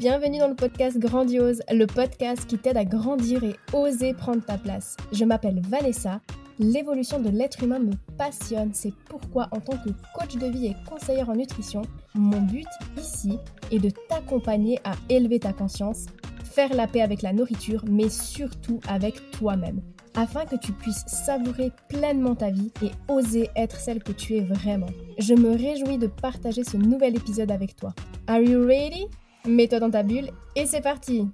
bienvenue dans le podcast Grandiose, le podcast qui t'aide à grandir et oser prendre ta place. Je m'appelle Vanessa, l'évolution de l'être humain me passionne, c'est pourquoi en tant que coach de vie et conseillère en nutrition, mon but ici est de t'accompagner à élever ta conscience, faire la paix avec la nourriture, mais surtout avec toi-même, afin que tu puisses savourer pleinement ta vie et oser être celle que tu es vraiment. Je me réjouis de partager ce nouvel épisode avec toi. Are you ready? Mets-toi dans ta bulle et c'est parti!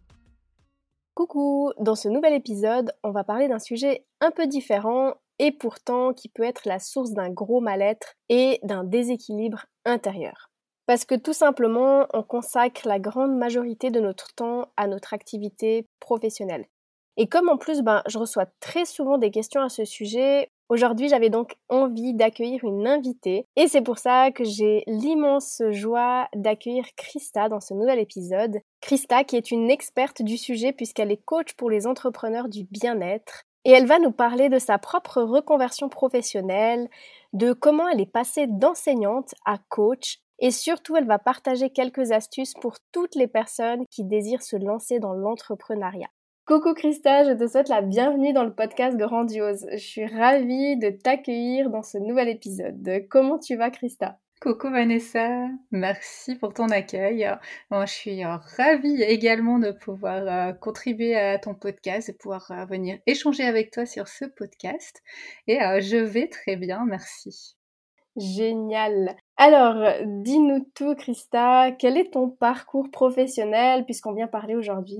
Coucou! Dans ce nouvel épisode, on va parler d'un sujet un peu différent et pourtant qui peut être la source d'un gros mal-être et d'un déséquilibre intérieur. Parce que tout simplement, on consacre la grande majorité de notre temps à notre activité professionnelle. Et comme en plus, je reçois très souvent des questions à ce sujet, aujourd'hui j'avais donc envie d'accueillir une invitée et c'est pour ça que j'ai l'immense joie d'accueillir Christa dans ce nouvel épisode. Christa qui est une experte du sujet puisqu'elle est coach pour les entrepreneurs du bien-être et elle va nous parler de sa propre reconversion professionnelle, de comment elle est passée d'enseignante à coach et surtout elle va partager quelques astuces pour toutes les personnes qui désirent se lancer dans l'entrepreneuriat. Coucou Christa, je te souhaite la bienvenue dans le podcast Grandiose. Je suis ravie de t'accueillir dans ce nouvel épisode. Comment tu vas Christa? Coucou Vanessa, merci pour ton accueil. Moi, je suis ravie également de pouvoir contribuer à ton podcast, de pouvoir venir échanger avec toi sur ce podcast. Et je vais très bien, merci. Génial. Alors, dis-nous tout Christa, quel est ton parcours professionnel puisqu'on vient parler aujourd'hui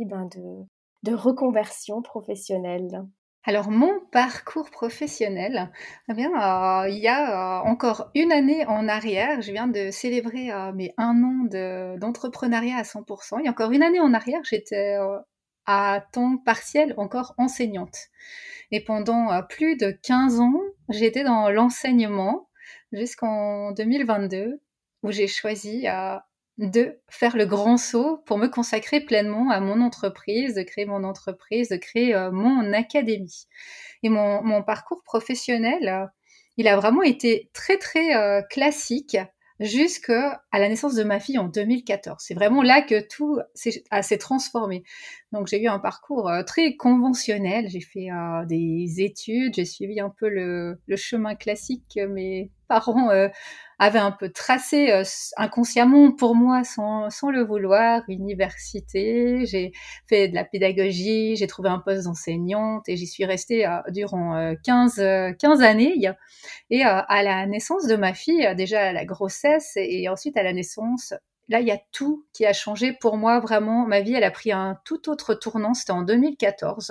de reconversion professionnelle? Alors mon parcours professionnel, eh bien, il y a, encore une année en arrière, je viens de célébrer, mes 1 an d'entrepreneuriat à 100. Il y a encore une année en arrière, j'étais, à temps partiel encore enseignante et pendant, plus de 15 ans, j'étais dans l'enseignement jusqu'en 2022 où j'ai choisi, de faire le grand saut pour me consacrer pleinement à mon entreprise, de créer mon entreprise, de créer, mon académie. Et mon parcours professionnel, il a vraiment été très, très, classique jusqu'à la naissance de ma fille en 2014. C'est vraiment là que tout s'est transformé. Donc j'ai eu un parcours, très conventionnel. J'ai fait, des études, j'ai suivi un peu le chemin classique que mes parents, avaient un peu tracé, inconsciemment pour moi sans le vouloir. Université, j'ai fait de la pédagogie, j'ai trouvé un poste d'enseignante et j'y suis restée, durant, 15 années. Et à la naissance de ma fille, déjà à la grossesse et ensuite à la naissance, là, il y a tout qui a changé pour moi, vraiment. Ma vie, elle a pris un tout autre tournant, c'était en 2014.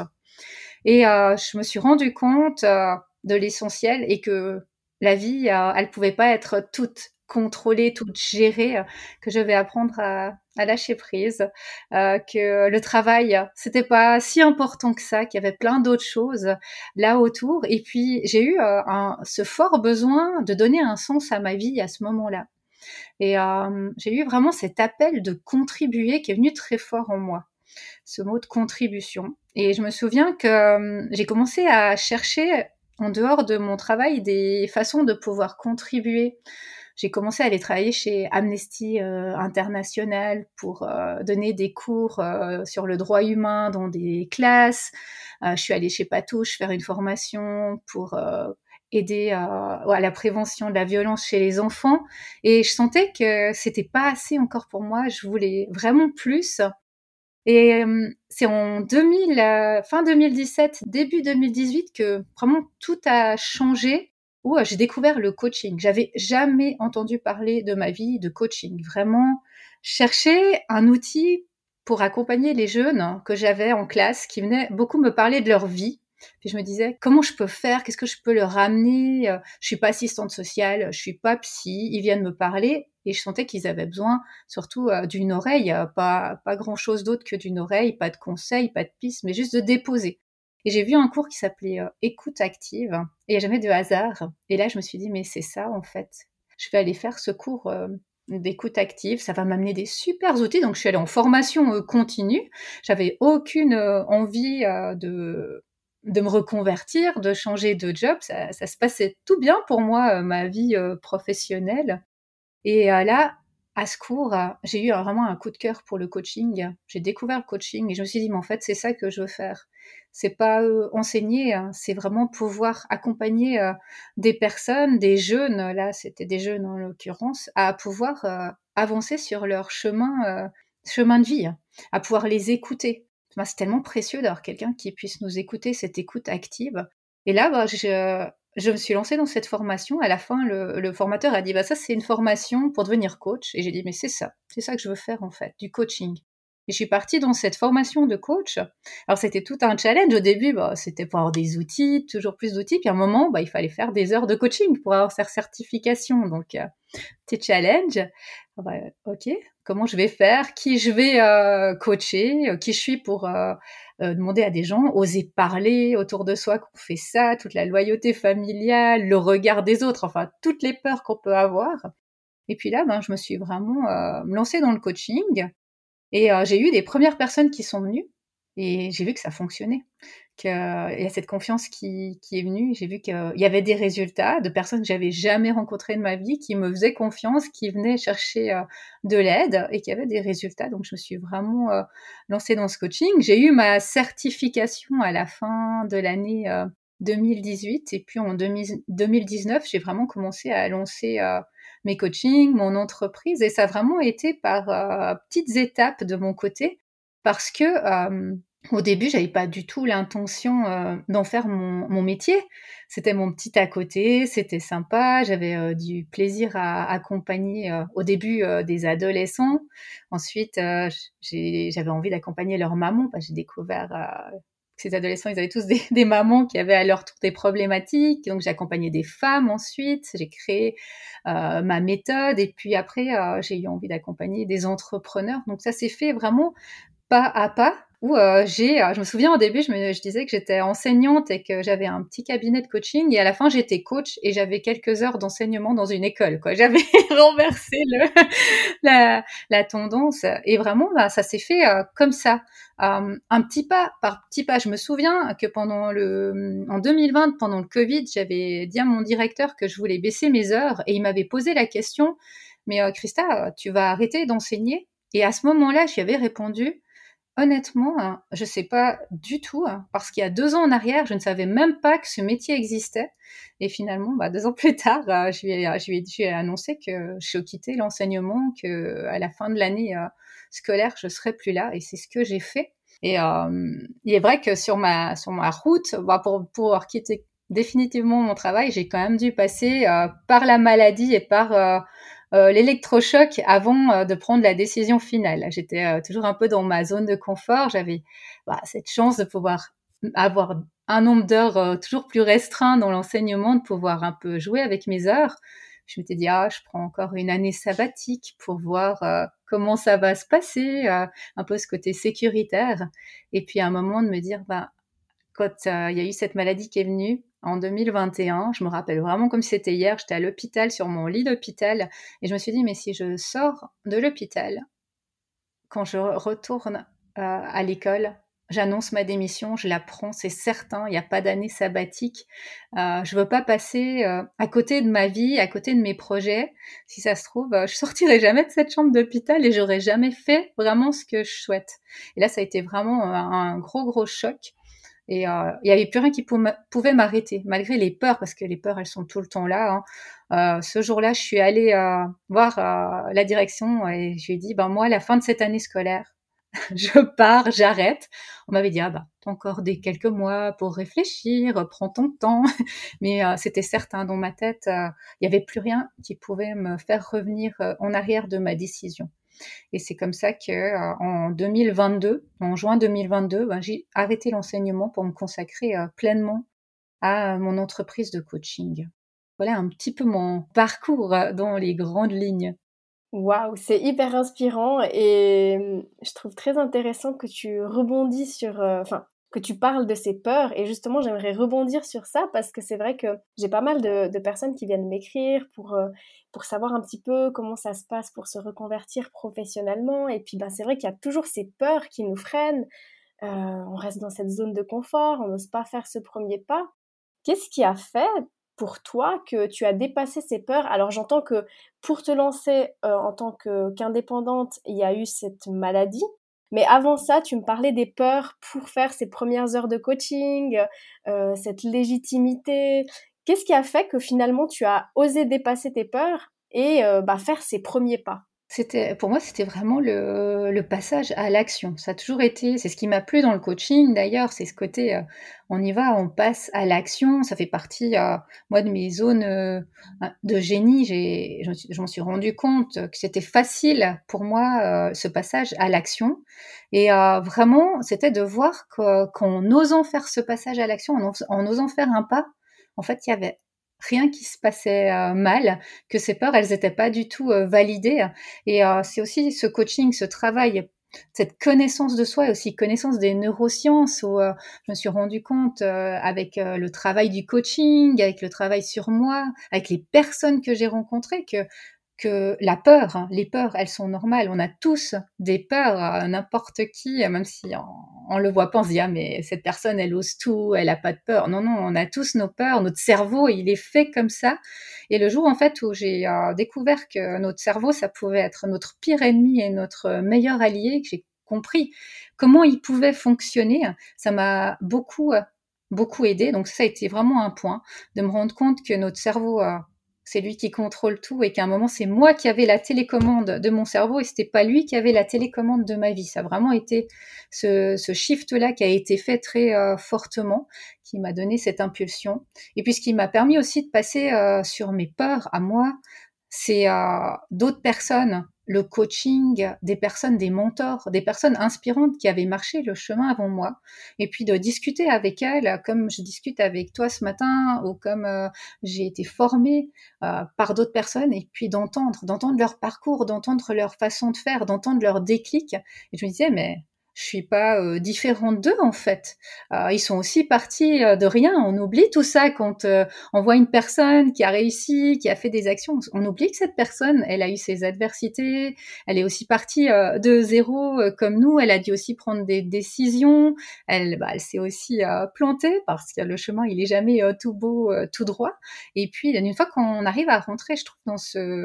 Et je me suis rendu compte de l'essentiel et que la vie, elle pouvait pas être toute contrôlée, toute gérée, que je vais apprendre à lâcher prise, que le travail, c'était pas si important que ça, qu'il y avait plein d'autres choses là autour. Et puis, j'ai eu ce fort besoin de donner un sens à ma vie à ce moment-là. Et j'ai eu vraiment cet appel de contribuer qui est venu très fort en moi, ce mot de contribution. Et je me souviens que j'ai commencé à chercher en dehors de mon travail des façons de pouvoir contribuer. J'ai commencé à aller travailler chez Amnesty International pour donner des cours sur le droit humain dans des classes. Je suis allée chez Patouche faire une formation pour aider à la prévention de la violence chez les enfants. Et je sentais que c'était pas assez encore pour moi. Je voulais vraiment plus. Et c'est en fin 2017, début 2018 que vraiment tout a changé, où j'ai découvert le coaching. J'avais jamais entendu parler de ma vie de coaching. Vraiment, chercher un outil pour accompagner les jeunes que j'avais en classe, qui venaient beaucoup me parler de leur vie. Puis je me disais, comment je peux faire? Qu'est-ce que je peux leur amener? Je suis pas assistante sociale, je suis pas psy. Ils viennent me parler et je sentais qu'ils avaient besoin surtout d'une oreille, pas grand-chose d'autre que d'une oreille, pas de conseils, pas de pistes, mais juste de déposer. Et j'ai vu un cours qui s'appelait Écoute active, et il n'y a jamais de hasard. Et là, je me suis dit, mais c'est ça en fait. Je vais aller faire ce cours d'écoute active, ça va m'amener des super outils. Donc, je suis allée en formation continue. J'avais aucune envie de me reconvertir, de changer de job. Ça se passait tout bien pour moi, ma vie professionnelle. Et là, à ce cours, j'ai eu vraiment un coup de cœur pour le coaching. J'ai découvert le coaching et je me suis dit, mais en fait, c'est ça que je veux faire. C'est pas enseigner, hein, c'est vraiment pouvoir accompagner des personnes, des jeunes, là c'était des jeunes en l'occurrence, à pouvoir avancer sur leur chemin de vie, hein, à pouvoir les écouter. Moi, c'est tellement précieux d'avoir quelqu'un qui puisse nous écouter, cette écoute active. Et là, je me suis lancée dans cette formation. À la fin, le formateur a dit, bah ça c'est une formation pour devenir coach. Et j'ai dit, mais c'est ça que je veux faire en fait, du coaching. Et je suis partie dans cette formation de coach. Alors c'était tout un challenge au début, bah, c'était pour avoir des outils, toujours plus d'outils. Puis à un moment, bah, il fallait faire des heures de coaching pour avoir cette certification. Donc petit challenge. Ah bah, ok, comment je vais faire, qui je vais coacher, qui je suis pour demander à des gens, oser parler autour de soi qu'on fait ça, toute la loyauté familiale, le regard des autres, enfin toutes les peurs qu'on peut avoir. Et puis là, ben, je me suis vraiment lancée dans le coaching et j'ai eu des premières personnes qui sont venues et j'ai vu que ça fonctionnait. Il y a cette confiance qui est venue. J'ai vu qu'il y avait des résultats de personnes que j'avais jamais rencontrées de ma vie, qui me faisaient confiance, qui venaient chercher de l'aide et qui avaient des résultats. Donc, je me suis vraiment lancée dans ce coaching. J'ai eu ma certification à la fin de l'année 2018 et puis en 2019, j'ai vraiment commencé à lancer mes coachings, mon entreprise et ça a vraiment été par petites étapes de mon côté parce que au début, j'avais pas du tout l'intention d'en faire mon métier. C'était mon petit à côté, c'était sympa. J'avais du plaisir à accompagner au début des adolescents. Ensuite, j'avais envie d'accompagner leurs mamans. J'ai découvert que ces adolescents, ils avaient tous des mamans qui avaient à leur tour des problématiques. Donc, j'ai accompagné des femmes ensuite. J'ai créé ma méthode. Et puis après, j'ai eu envie d'accompagner des entrepreneurs. Donc, ça s'est fait vraiment pas à pas où je me souviens au début, je disais que j'étais enseignante et que j'avais un petit cabinet de coaching et à la fin j'étais coach et j'avais quelques heures d'enseignement dans une école, quoi. J'avais renversé la tendance et vraiment, bah, ça s'est fait comme ça, un petit pas par petit pas. Je me souviens que en 2020, pendant le Covid, j'avais dit à mon directeur que je voulais baisser mes heures et il m'avait posé la question, mais Christa, tu vas arrêter d'enseigner? Et à ce moment-là, je lui avais répondu, honnêtement, je sais pas du tout, parce qu'il y a 2 ans en arrière, je ne savais même pas que ce métier existait. Et finalement, 2 ans plus tard, je lui ai annoncé que je quittais l'enseignement, que à la fin de l'année scolaire, je serais plus là. Et c'est ce que j'ai fait. Et il est vrai que sur ma route, pour pouvoir quitter définitivement mon travail, j'ai quand même dû passer par la maladie et par l'électrochoc avant de prendre la décision finale. J'étais toujours un peu dans ma zone de confort. J'avais cette chance de pouvoir avoir un nombre d'heures toujours plus restreint dans l'enseignement, de pouvoir un peu jouer avec mes heures. Je m'étais dit, je prends encore une année sabbatique pour voir comment ça va se passer, un peu ce côté sécuritaire. Et puis à un moment de me dire, quand il y a eu cette maladie qui est venue en 2021, je me rappelle vraiment comme si c'était hier, j'étais à l'hôpital, sur mon lit d'hôpital, et je me suis dit, mais si je sors de l'hôpital, quand je retourne à l'école, j'annonce ma démission, je la prends, c'est certain, il n'y a pas d'année sabbatique. Je veux pas passer à côté de ma vie, à côté de mes projets. Si ça se trouve, je sortirai jamais de cette chambre d'hôpital et j'aurais jamais fait vraiment ce que je souhaite. Et là, ça a été vraiment un gros choc. Et il n'y avait plus rien qui pouvait m'arrêter, malgré les peurs, parce que les peurs, elles sont tout le temps là. Ce jour-là, je suis allée voir la direction et je lui ai dit, moi, à la fin de cette année scolaire, je pars, j'arrête. On m'avait dit, t'as encore quelques mois pour réfléchir, prends ton temps. Mais c'était certain, dans ma tête, il n'y avait plus rien qui pouvait me faire revenir en arrière de ma décision. Et c'est comme ça que en 2022, en juin 2022, j'ai arrêté l'enseignement pour me consacrer pleinement à mon entreprise de coaching. Voilà un petit peu mon parcours dans les grandes lignes. Waouh, c'est hyper inspirant et je trouve très intéressant que tu rebondis sur, que tu parles de ces peurs et justement j'aimerais rebondir sur ça parce que c'est vrai que j'ai pas mal de personnes qui viennent m'écrire pour savoir un petit peu comment ça se passe pour se reconvertir professionnellement et puis, c'est vrai qu'il y a toujours ces peurs qui nous freinent, on reste dans cette zone de confort, on n'ose pas faire ce premier pas. Qu'est-ce qui a fait pour toi que tu as dépassé ces peurs? Alors j'entends que pour te lancer, en tant qu'indépendante, il y a eu cette maladie, mais avant ça, tu me parlais des peurs pour faire ces premières heures de coaching, cette légitimité. Qu'est-ce qui a fait que finalement tu as osé dépasser tes peurs et faire ces premiers pas? Pour moi, c'était vraiment le passage à l'action. Ça a toujours été c'est ce qui m'a plu dans le coaching d'ailleurs, c'est ce côté, on y va, on passe à l'action. Ça fait partie, moi, de mes zones, de génie. Je m'en suis rendu compte que c'était facile pour moi, ce passage à l'action et vraiment, c'était de voir qu'en osant faire ce passage à l'action, en osant faire un pas, en fait, il y avait rien qui se passait, mal, que ces peurs, elles étaient pas du tout, validées et c'est aussi ce coaching, ce travail, cette connaissance de soi et aussi connaissance des neurosciences où, je me suis rendu compte, avec, le travail du coaching, avec le travail sur moi, avec les personnes que j'ai rencontrées que la peur, hein, les peurs, elles sont normales. On a tous des peurs, n'importe qui, même si on le voit pas, on se dit: «Ah mais cette personne, elle ose tout, elle a pas de peur». Non, non, on a tous nos peurs. Notre cerveau, il est fait comme ça et le jour, en fait, où j'ai, découvert que notre cerveau, ça pouvait être notre pire ennemi et notre meilleur allié, que j'ai compris comment il pouvait fonctionner, ça m'a beaucoup aidé. Donc ça a été vraiment un point, de me rendre compte que notre cerveau, c'est lui qui contrôle tout et qu'à un moment, c'est moi qui avais la télécommande de mon cerveau et c'était pas lui qui avait la télécommande de ma vie. Ça a vraiment été ce shift-là qui a été fait très fortement, qui m'a donné cette impulsion. Et puis ce qui m'a permis aussi de passer sur mes peurs à moi, c'est d'autres personnes, le coaching, des personnes, des mentors, des personnes inspirantes qui avaient marché le chemin avant moi, et puis de discuter avec elles, comme je discute avec toi ce matin, ou comme j'ai été formée par d'autres personnes, et puis d'entendre leur parcours, d'entendre leur façon de faire, d'entendre leur déclic. Et je me disais, mais je suis pas différente d'eux en fait. Ils sont aussi partis de rien. On oublie tout ça quand on voit une personne qui a réussi, qui a fait des actions. On oublie que cette personne, elle a eu ses adversités. Elle est aussi partie de zéro comme nous. Elle a dû aussi prendre des décisions. Elle s'est aussi plantée parce que le chemin, il est jamais tout beau, tout droit. Et puis, une fois qu'on arrive à rentrer, je trouve, dans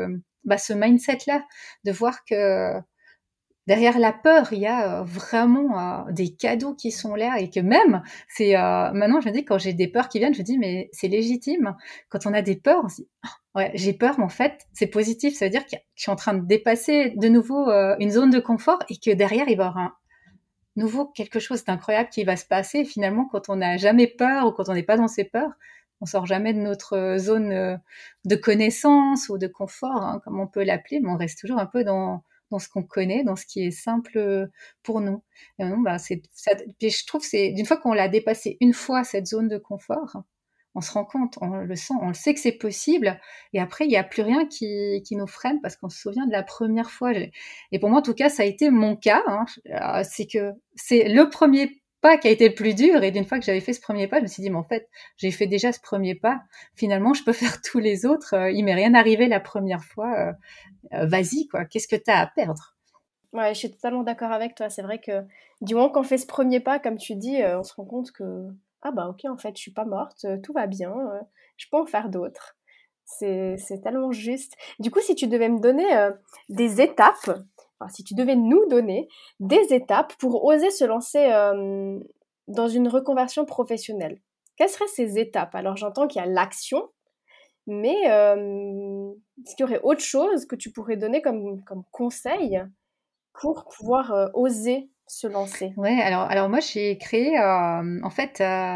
ce mindset-là, de voir que derrière la peur, il y a vraiment des cadeaux qui sont là et que même, maintenant, je me dis, quand j'ai des peurs qui viennent, je me dis, mais c'est légitime. Quand on a des peurs, on se dit, oh, ouais, j'ai peur, mais en fait, c'est positif. Ça veut dire que je suis en train de dépasser de nouveau une zone de confort et que derrière, il va y avoir un nouveau quelque chose d'incroyable qui va se passer. Et finalement, quand on n'a jamais peur ou quand on n'est pas dans ses peurs, on sort jamais de notre zone de connaissance ou de confort, hein, comme on peut l'appeler, mais on reste toujours un peu dans ce qu'on connaît, dans ce qui est simple pour nous. Et non, puis je trouve que c'est d'une fois qu'on l'a dépassé une fois cette zone de confort, on se rend compte, on le sent, on le sait que c'est possible. Et après, il n'y a plus rien qui nous freine parce qu'on se souvient de la première fois. Et pour moi, en tout cas, ça a été mon cas. Hein. C'est que c'est le premier pas qui a été le plus dur. Et d'une fois que j'avais fait ce premier pas, je me suis dit, mais en fait, j'ai fait déjà ce premier pas. Finalement, je peux faire tous les autres. Il m'est rien arrivé la première fois. Vas-y, quoi. Qu'est-ce que tu as à perdre? Ouais, je suis totalement d'accord avec toi. C'est vrai que du moment qu'on fait ce premier pas, comme tu dis, on se rend compte que: «Ah bah OK, en fait, je suis pas morte, tout va bien, je peux en faire d'autres». C'est tellement juste. Du coup, si tu devais me donner, des étapes, enfin, si tu devais nous donner des étapes pour oser se lancer, dans une reconversion professionnelle, quelles seraient ces étapes? Alors j'entends qu'il y a l'action, mais est-ce qu'il y aurait autre chose que tu pourrais donner comme conseil pour pouvoir, oser se lancer? Ouais, alors moi, j'ai créé, en fait,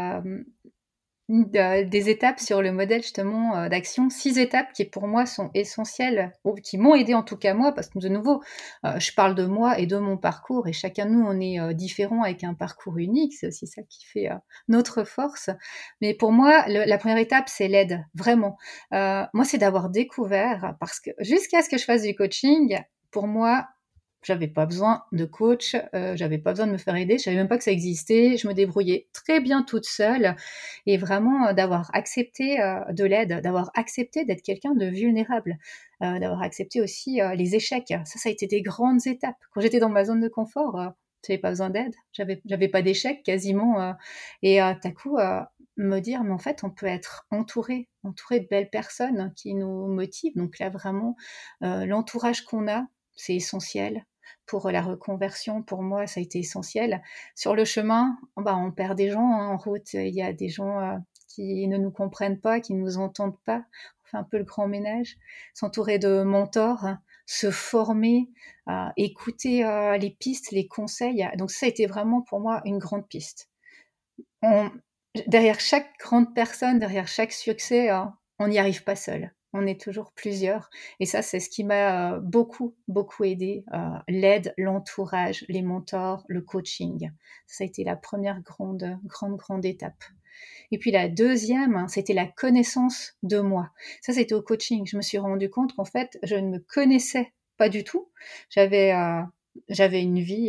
des étapes sur le modèle justement, d'action, 6 étapes qui pour moi sont essentielles ou qui m'ont aidé en tout cas moi parce que de nouveau, je parle de moi et de mon parcours et chacun de nous on est, différent avec un parcours unique, c'est aussi ça qui fait, notre force. Mais pour moi, la première étape, c'est l'aide, vraiment. Moi, c'est d'avoir découvert parce que jusqu'à ce que je fasse du coaching, pour moi, j'avais pas besoin de coach, j'avais pas besoin de me faire aider, je savais même pas que ça existait. Je me débrouillais très bien toute seule et vraiment, d'avoir accepté, de l'aide, d'avoir accepté d'être quelqu'un de vulnérable, d'avoir accepté aussi, les échecs. Ça a été des grandes étapes. Quand j'étais dans ma zone de confort, j'avais pas besoin d'aide, j'avais pas d'échecs quasiment, et tout à coup, me dire, mais en fait, on peut être entouré de belles personnes qui nous motivent. Donc là, vraiment, l'entourage qu'on a, c'est essentiel. Pour la reconversion, pour moi, ça a été essentiel. Sur le chemin, on perd des gens, hein, en route. Il y a des gens qui ne nous comprennent pas, qui ne nous entendent pas. On fait un peu le grand ménage. S'entourer de mentors, hein, se former, écouter les pistes, les conseils. Donc ça a été vraiment pour moi une grande piste. On, Derrière chaque grande personne, derrière chaque succès, on n'y arrive pas seul. On est toujours plusieurs. Et ça, c'est ce qui m'a beaucoup, beaucoup aidé. L'aide, l'entourage, les mentors, le coaching. Ça a été la première grande étape. Et puis la deuxième, c'était la connaissance de moi. Ça, c'était au coaching. Je me suis rendu compte qu'en fait, je ne me connaissais pas du tout. J'avais une vie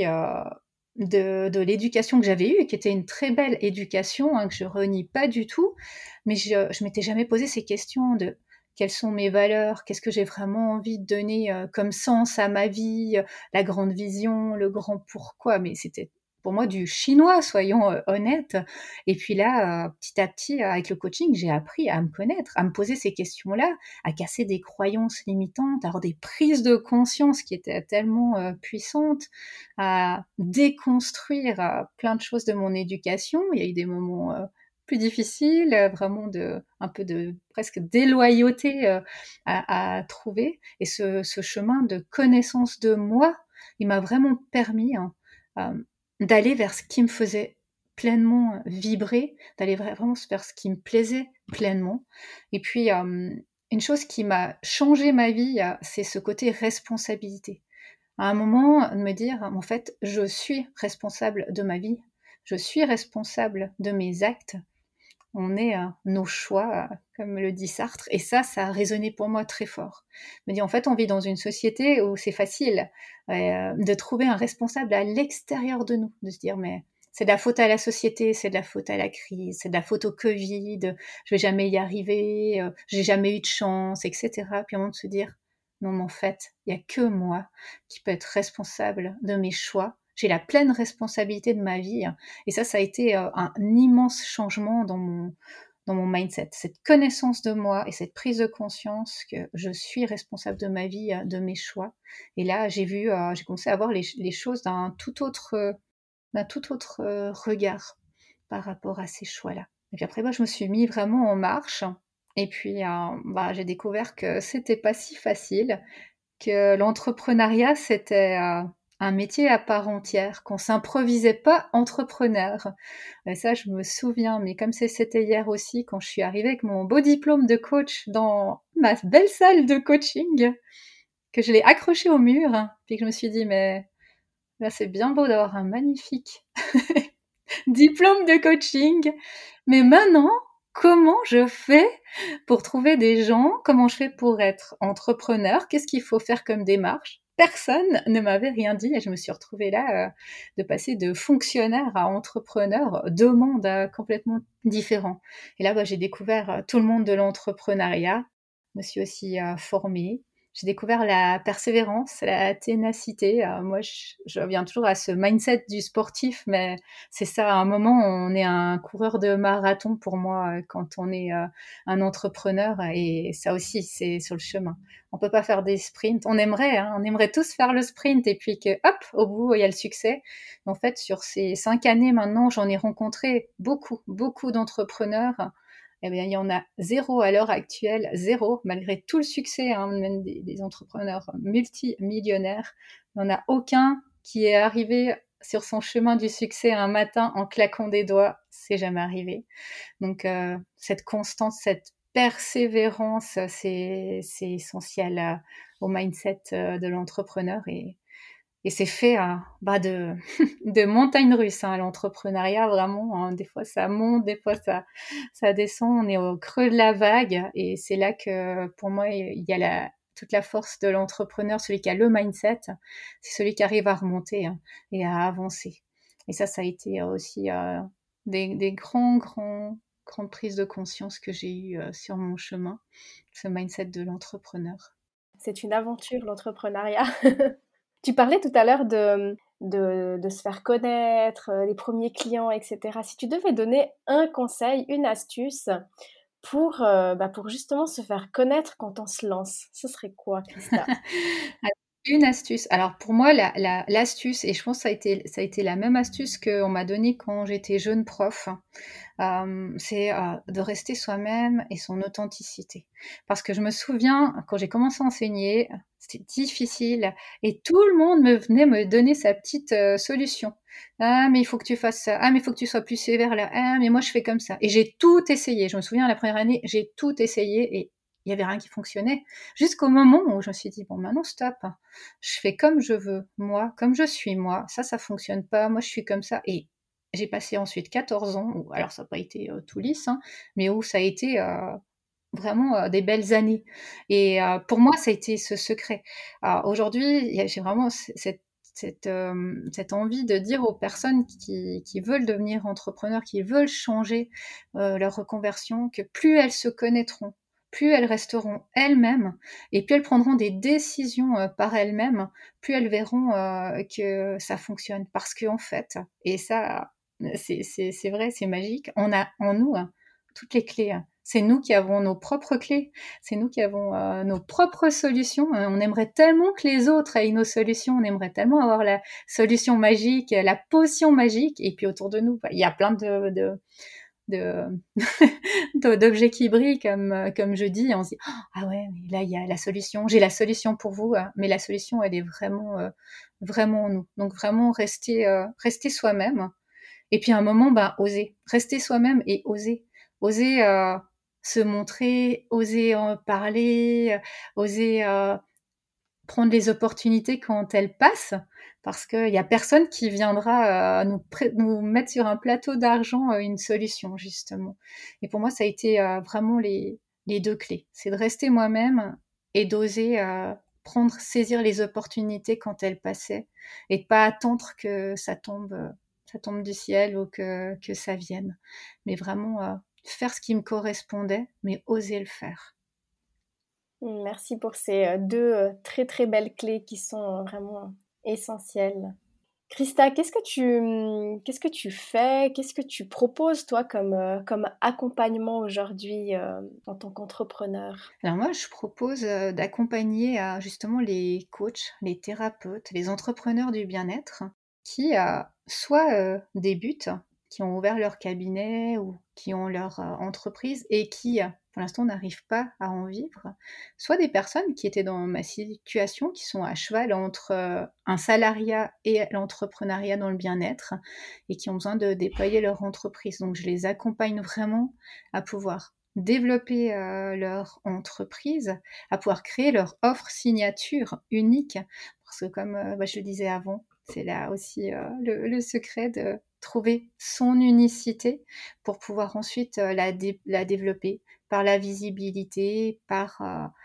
de l'éducation que j'avais eue, qui était une très belle éducation, hein, que je renie pas du tout, mais je m'étais jamais posé ces questions de quelles sont mes valeurs, qu'est-ce que j'ai vraiment envie de donner comme sens à ma vie, la grande vision, le grand pourquoi, mais c'était pour moi du chinois, soyons honnêtes. Et puis là, petit à petit, avec le coaching, j'ai appris à me connaître, à me poser ces questions-là, à casser des croyances limitantes, à avoir des prises de conscience qui étaient tellement puissantes, à déconstruire plein de choses de mon éducation. Il y a eu des moments plus difficiles, vraiment un peu de presque déloyauté à trouver. Et ce chemin de connaissance de moi, il m'a vraiment permis d'aller vers ce qui me faisait pleinement vibrer, d'aller vraiment vers ce qui me plaisait pleinement. Et puis, une chose qui m'a changé ma vie, c'est ce côté responsabilité. À un moment, de me dire, en fait, je suis responsable de ma vie, je suis responsable de mes actes, on est nos choix, comme le dit Sartre. Et ça a résonné pour moi très fort. Je me dis, en fait, on vit dans une société où c'est facile de trouver un responsable à l'extérieur de nous, de se dire, mais c'est de la faute à la société, c'est de la faute à la crise, c'est de la faute au Covid, je vais jamais y arriver, j'ai jamais eu de chance, etc. Puis au moment de se dire, non, mais en fait, il n'y a que moi qui peut être responsable de mes choix. J'ai la pleine responsabilité de ma vie. Et ça a été un immense changement dans mon mindset. Cette connaissance de moi et cette prise de conscience que je suis responsable de ma vie, de mes choix. Et là, j'ai commencé à voir les choses d'un tout autre regard par rapport à ces choix-là. Et puis après, je me suis mis vraiment en marche. Et puis, j'ai découvert que c'était pas si facile, que l'entrepreneuriat, c'était un métier à part entière, qu'on s'improvisait pas entrepreneur. Et ça, je me souviens, mais comme c'était hier aussi, quand je suis arrivée avec mon beau diplôme de coach dans ma belle salle de coaching, que je l'ai accroché au mur, puis que je me suis dit, mais là, c'est bien beau d'avoir un magnifique diplôme de coaching, mais maintenant, comment je fais pour trouver des gens? Comment je fais pour être entrepreneur? Qu'est-ce qu'il faut faire comme démarche? Personne ne m'avait rien dit et je me suis retrouvée là de passer de fonctionnaire à entrepreneur, deux mondes complètement différents. Et là, j'ai découvert tout le monde de l'entrepreneuriat. Je me suis aussi formée. J'ai découvert la persévérance, la ténacité. Moi, je reviens toujours à ce mindset du sportif, mais c'est ça, à un moment, on est un coureur de marathon pour moi quand on est un entrepreneur et ça aussi, c'est sur le chemin. On peut pas faire des sprints. On aimerait tous faire le sprint et puis que, hop, au bout, il y a le succès. En fait, sur ces 5 années maintenant, j'en ai rencontré beaucoup, beaucoup d'entrepreneurs. Eh bien, il y en a zéro à l'heure actuelle, zéro, malgré tout le succès, même des entrepreneurs multimillionnaires. Il n'y en a aucun qui est arrivé sur son chemin du succès un matin en claquant des doigts, c'est jamais arrivé. Donc cette constance, cette persévérance, c'est essentiel au mindset de l'entrepreneur et c'est fait de, de montagne russe, l'entrepreneuriat, vraiment. Des fois, ça monte, des fois, ça descend. On est au creux de la vague. Et c'est là que, pour moi, il y a toute la force de l'entrepreneur, celui qui a le mindset, c'est celui qui arrive à remonter et à avancer. Et ça a été aussi des grandes prises de conscience que j'ai eues sur mon chemin, ce mindset de l'entrepreneur. C'est une aventure, l'entrepreneuriat. Tu parlais tout à l'heure de se faire connaître, les premiers clients, etc. Si tu devais donner un conseil, une astuce pour justement se faire connaître quand on se lance, ce serait quoi, Christa? Alors, une astuce. Alors pour moi, l'astuce, et je pense que ça a été la même astuce qu'on m'a donnée quand j'étais jeune prof, c'est de rester soi-même et son authenticité. Parce que je me souviens, quand j'ai commencé à enseigner, c'était difficile et tout le monde me venait me donner sa petite solution. Ah, mais il faut que tu fasses ça. Ah, mais il faut que tu sois plus sévère là. Ah, mais moi, je fais comme ça. Et j'ai tout essayé. Je me souviens, la première année, j'ai tout essayé et il y avait rien qui fonctionnait. Jusqu'au moment où je me suis dit, bon, maintenant, stop. Je fais comme je veux, moi, comme je suis, moi. Ça fonctionne pas. Moi, je suis comme ça. Et j'ai passé ensuite 14 ans, où, alors ça n'a pas été tout lisse, hein, mais où ça a été vraiment des belles années. Et pour moi, ça a été ce secret. Alors, aujourd'hui, j'ai vraiment cette envie de dire aux personnes qui veulent devenir entrepreneurs, qui veulent changer leur reconversion, que plus elles se connaîtront, plus elles resteront elles-mêmes, et plus elles prendront des décisions par elles-mêmes, plus elles verront que ça fonctionne. Parce qu'en fait, et ça, c'est vrai, c'est magique, on a en nous toutes les clés. C'est nous qui avons nos propres clés, c'est nous qui avons nos propres solutions. On aimerait tellement que les autres aient nos solutions, on aimerait tellement avoir la solution magique, la potion magique, et puis autour de nous, il y a plein d'objets qui brillent, comme je dis, et on se dit ah ouais, mais là il y a la solution, j'ai la solution pour vous, mais la solution elle est vraiment en nous. Donc vraiment rester soi-même, et puis à un moment oser, rester soi-même et oser se montrer, oser en parler, oser prendre les opportunités quand elles passent, parce qu'il y a personne qui viendra nous mettre sur un plateau d'argent une solution, justement. Et pour moi, ça a été vraiment les deux clés. C'est de rester moi-même et d'oser saisir les opportunités quand elles passaient, et de pas attendre que ça tombe du ciel ou que ça vienne. Mais vraiment faire ce qui me correspondait, mais oser le faire. Merci pour ces deux très très belles clés qui sont vraiment essentielles. Christa, qu'est-ce que tu fais, qu'est-ce que tu proposes toi comme accompagnement aujourd'hui en tant qu'entrepreneur? Alors moi, je propose d'accompagner justement les coachs, les thérapeutes, les entrepreneurs du bien-être qui soit débutent, qui ont ouvert leur cabinet ou qui ont leur entreprise et qui, pour l'instant, n'arrivent pas à en vivre, soit des personnes qui étaient dans ma situation, qui sont à cheval entre un salariat et l'entrepreneuriat dans le bien-être et qui ont besoin de déployer leur entreprise. Donc je les accompagne vraiment à pouvoir développer leur entreprise, à pouvoir créer leur offre signature unique. Parce que comme je le disais avant, c'est là aussi le secret de trouver son unicité pour pouvoir ensuite la développer par la visibilité, par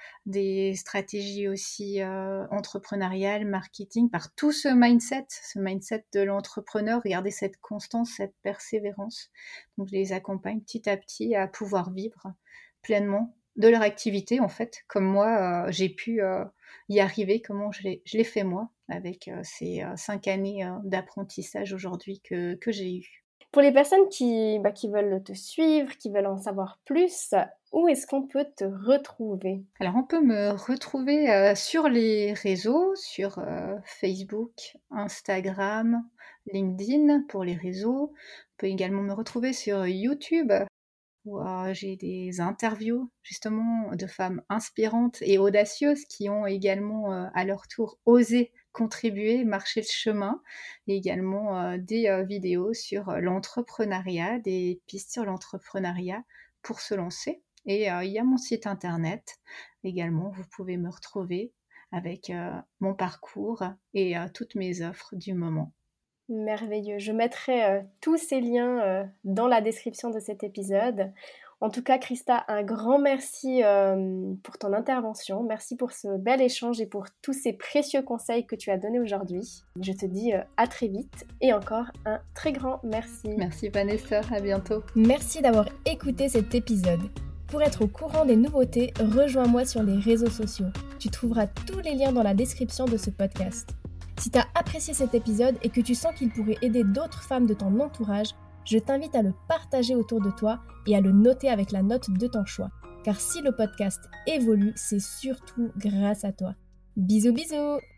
des stratégies aussi entrepreneuriales, marketing, par tout ce mindset de l'entrepreneur, regardez cette constance, cette persévérance. Donc je les accompagne petit à petit à pouvoir vivre pleinement de leur activité, en fait, comme moi j'ai pu y arriver, comment je l'ai fait moi, avec ces 5 années d'apprentissage aujourd'hui que j'ai eu. Pour les personnes qui veulent te suivre, qui veulent en savoir plus, où est-ce qu'on peut te retrouver? Alors on peut me retrouver sur les réseaux, sur Facebook, Instagram, LinkedIn pour les réseaux. On peut également me retrouver sur YouTube, où j'ai des interviews justement de femmes inspirantes et audacieuses qui ont également à leur tour osé contribuer, marcher le chemin, et également des vidéos sur l'entrepreneuriat, des pistes sur l'entrepreneuriat pour se lancer. Et il y a mon site internet également, vous pouvez me retrouver avec mon parcours et toutes mes offres du moment. Merveilleux. Je mettrai tous ces liens dans la description de cet épisode. En tout cas, Christa, un grand merci pour ton intervention. Merci pour ce bel échange et pour tous ces précieux conseils que tu as donnés aujourd'hui. Je te dis à très vite et encore un très grand merci. Merci Vanessa, à bientôt. Merci d'avoir écouté cet épisode. Pour être au courant des nouveautés, rejoins-moi sur les réseaux sociaux. Tu trouveras tous les liens dans la description de ce podcast. Si tu as apprécié cet épisode et que tu sens qu'il pourrait aider d'autres femmes de ton entourage, je t'invite à le partager autour de toi et à le noter avec la note de ton choix. Car si le podcast évolue, c'est surtout grâce à toi. Bisous bisous!